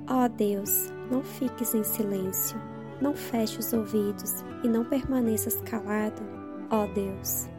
Ó Deus, não fiques em silêncio, não feche os ouvidos e não permaneças calado, ó Deus.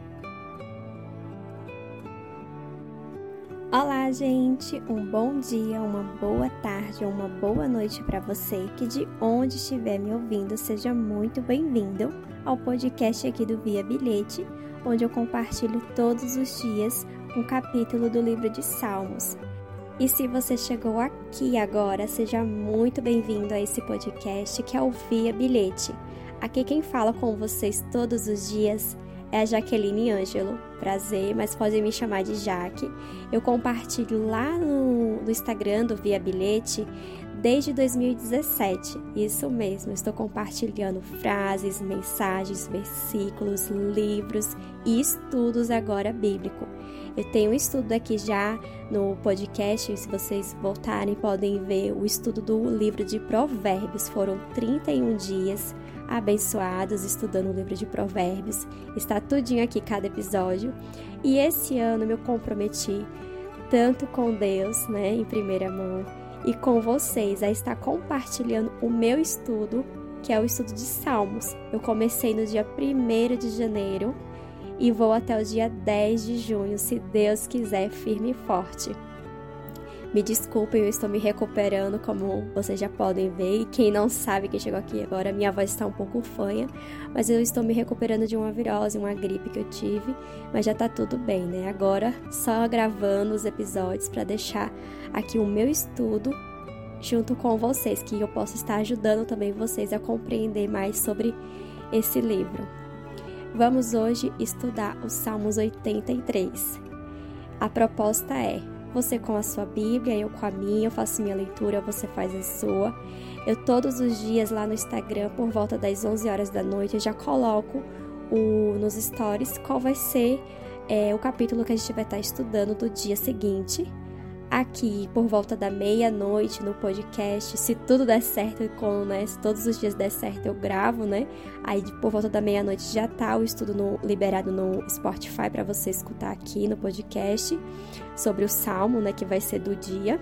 Olá, gente! Um bom dia, uma boa tarde ou uma boa noite para você que de onde estiver me ouvindo, seja muito bem-vindo ao podcast aqui do Via Bilhete, onde eu compartilho todos os dias um capítulo do livro de Salmos. E se você chegou aqui agora, seja muito bem-vindo a esse podcast que é o Via Bilhete. Aqui quem fala com vocês todos os dias é a Jaqueline Ângelo. Prazer, mas podem me chamar de Jaque. Eu compartilho lá no Instagram do Via Bilhete desde 2017. Isso mesmo, estou compartilhando frases, mensagens, versículos, livros e estudos agora bíblico. Eu tenho um estudo aqui já no podcast, se vocês voltarem podem ver o estudo do livro de Provérbios. Foram 31 dias abençoados estudando o livro de Provérbios. Está tudinho aqui cada episódio. E esse ano eu me comprometi tanto com Deus, em primeira mão, e com vocês a estar compartilhando o meu estudo, que é o estudo de Salmos. Eu comecei no dia 1º de janeiro e vou até o dia 10 de junho, se Deus quiser, firme e forte. Me desculpem, eu estou me recuperando, como vocês já podem ver. E quem não sabe, quem chegou aqui agora, minha voz está um pouco fanha. Mas eu estou me recuperando de uma virose, uma gripe que eu tive. Mas já tá tudo bem, Agora, só gravando os episódios para deixar aqui o meu estudo junto com vocês. Que eu possa estar ajudando também vocês a compreender mais sobre esse livro. Vamos hoje estudar os Salmos 83. A proposta é: você com a sua Bíblia, eu com a minha, eu faço minha leitura, você faz a sua. Eu todos os dias lá no Instagram, por volta das 11 horas da noite, eu já coloco nos stories qual vai ser o capítulo que a gente vai estar estudando do dia seguinte. Aqui, por volta da meia-noite, no podcast, se tudo der certo, se todos os dias der certo, eu gravo, Aí, por volta da meia-noite, já tá o estudo liberado no Spotify para você escutar aqui no podcast, sobre o Salmo, que vai ser do dia.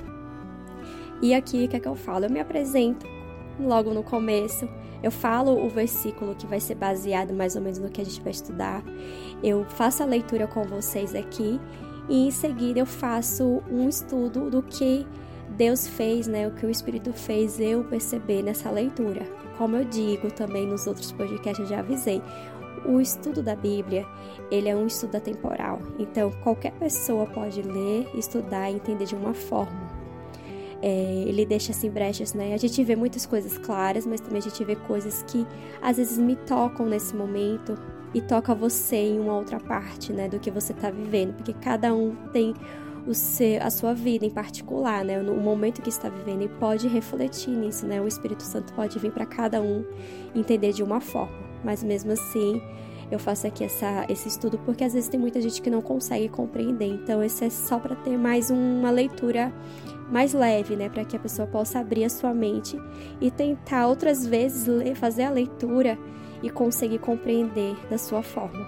E aqui, o que é que eu falo? Eu me apresento logo no começo, eu falo o versículo que vai ser baseado mais ou menos no que a gente vai estudar, eu faço a leitura com vocês aqui, e em seguida eu faço um estudo do que Deus fez, o que o Espírito fez eu perceber nessa leitura. Como eu digo também nos outros podcasts, eu já avisei, o estudo da Bíblia, ele é um estudo atemporal. Então, qualquer pessoa pode ler, estudar e entender de uma forma. Ele deixa assim brechas, A gente vê muitas coisas claras, mas também a gente vê coisas que às vezes me tocam nesse momento, e toca você em uma outra parte, do que você está vivendo, porque cada um tem a sua vida em particular, no momento que está vivendo, e pode refletir nisso, O Espírito Santo pode vir para cada um entender de uma forma, mas mesmo assim eu faço aqui esse estudo porque às vezes tem muita gente que não consegue compreender, então esse é só para ter mais uma leitura mais leve, para que a pessoa possa abrir a sua mente e tentar outras vezes fazer a leitura e conseguir compreender da sua forma.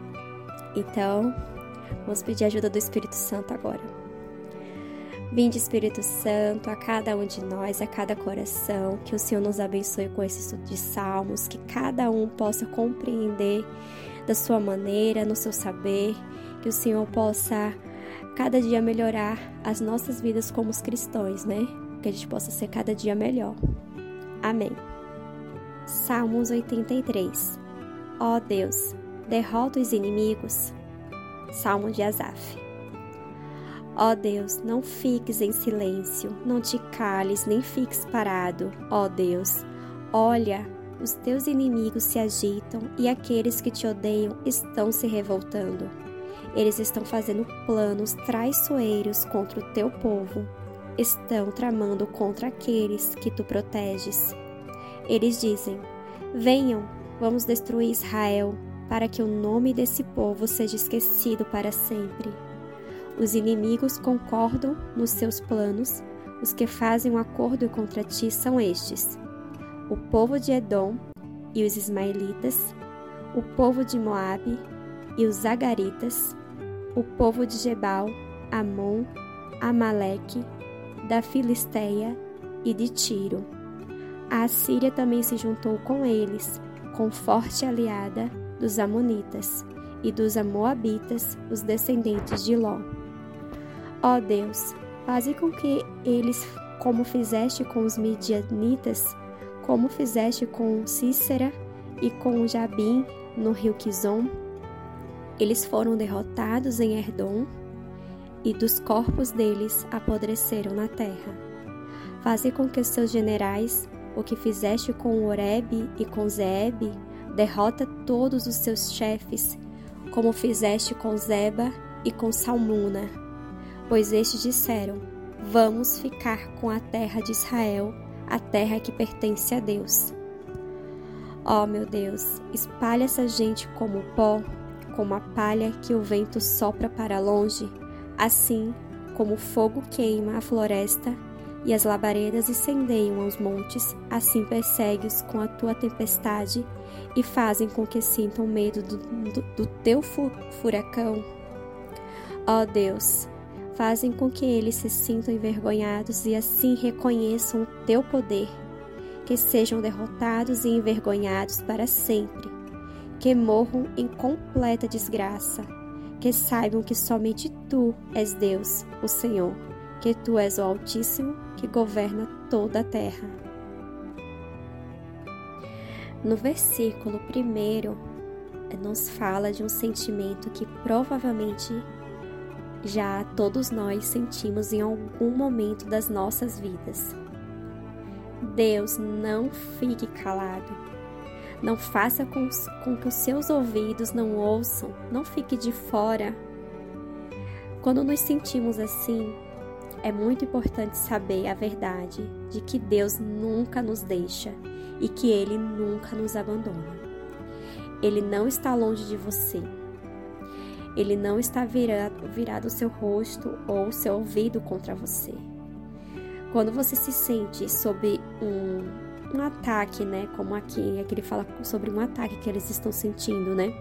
Então, vamos pedir a ajuda do Espírito Santo agora. Vinde, Espírito Santo, a cada um de nós, a cada coração, que o Senhor nos abençoe com esse estudo de Salmos, que cada um possa compreender da sua maneira, no seu saber, que o Senhor possa cada dia melhorar as nossas vidas como os cristãos, Que a gente possa ser cada dia melhor. Amém. Salmos 83. Ó Deus, derrota os inimigos. Salmo de Asaf. Ó Deus, não fiques em silêncio, não te cales, nem fiques parado. Ó Deus, olha, os teus inimigos se agitam e aqueles que te odeiam estão se revoltando. Eles estão fazendo planos traiçoeiros contra o teu povo. Estão tramando contra aqueles que tu proteges. Eles dizem: venham, vamos destruir Israel, para que o nome desse povo seja esquecido para sempre. Os inimigos concordam nos seus planos, os que fazem um acordo contra ti são estes: o povo de Edom e os ismaelitas, o povo de Moabe e os agaritas, o povo de Gebal, Amon, Amaleque, da Filisteia e de Tiro. A Assíria também se juntou com eles, com forte aliada dos amonitas e dos moabitas, os descendentes de Ló. Ó Deus, faze com que eles, como fizeste com os midianitas, como fizeste com Sísera e com Jabim no rio Quizon, eles foram derrotados em Erdom e dos corpos deles apodreceram na terra. Faze com que os seus generais, o que fizeste com Oreb e com Zeeb, derrota todos os seus chefes, como fizeste com Zeba e com Salmuna. Pois estes disseram: vamos ficar com a terra de Israel, a terra que pertence a Deus. Ó meu Deus, espalha essa gente como pó, como a palha que o vento sopra para longe, assim como o fogo queima a floresta e as labaredas incendeiam os montes, assim persegue-os com a tua tempestade e fazem com que sintam medo do teu furacão. Ó Deus, fazem com que eles se sintam envergonhados e assim reconheçam o teu poder, que sejam derrotados e envergonhados para sempre, que morram em completa desgraça, que saibam que somente tu és Deus, o Senhor, que tu és o Altíssimo, que governa toda a terra. No versículo 1, nos fala de um sentimento que provavelmente já todos nós sentimos em algum momento das nossas vidas. Deus, não fique calado. Não faça com que os seus ouvidos não ouçam, não fique de fora. Quando nos sentimos assim, é muito importante saber a verdade de que Deus nunca nos deixa e que Ele nunca nos abandona. Ele não está longe de você. Ele não está virado o seu rosto ou o seu ouvido contra você. Quando você se sente sob um ataque, né? Como aqui ele fala sobre um ataque que eles estão sentindo, né?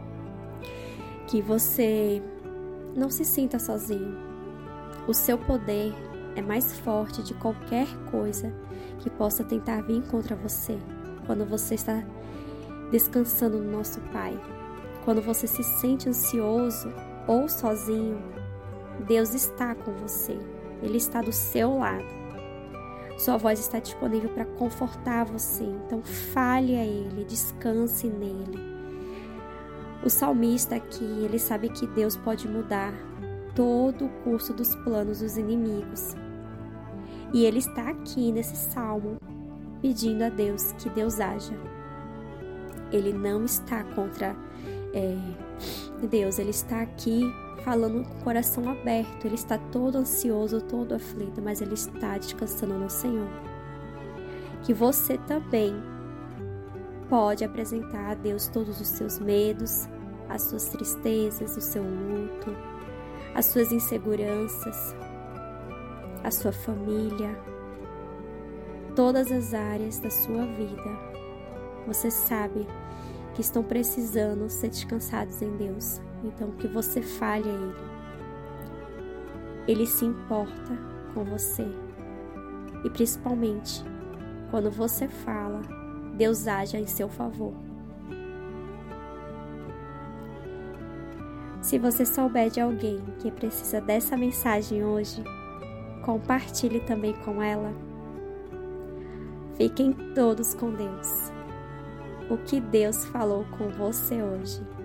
Que você não se sinta sozinho. O seu poder é mais forte de qualquer coisa que possa tentar vir contra você. Quando você está descansando no nosso Pai, quando você se sente ansioso ou sozinho, Deus está com você. Ele está do seu lado. Sua voz está disponível para confortar você. Então fale a Ele, descanse nele. O salmista aqui, ele sabe que Deus pode mudar todo o curso dos planos dos inimigos. E ele está aqui nesse salmo pedindo a Deus que Deus haja. Ele não está contra Deus, ele está aqui falando com o coração aberto. Ele está todo ansioso, todo aflito, mas ele está descansando no Senhor. Que você também pode apresentar a Deus todos os seus medos, as suas tristezas, o seu luto, as suas inseguranças, a sua família, todas as áreas da sua vida. Você sabe que estão precisando ser descansados em Deus. Então, que você fale a Ele. Ele se importa com você. E principalmente, quando você fala, Deus age em seu favor. Se você souber de alguém que precisa dessa mensagem hoje, compartilhe também com ela. Fiquem todos com Deus. O que Deus falou com você hoje.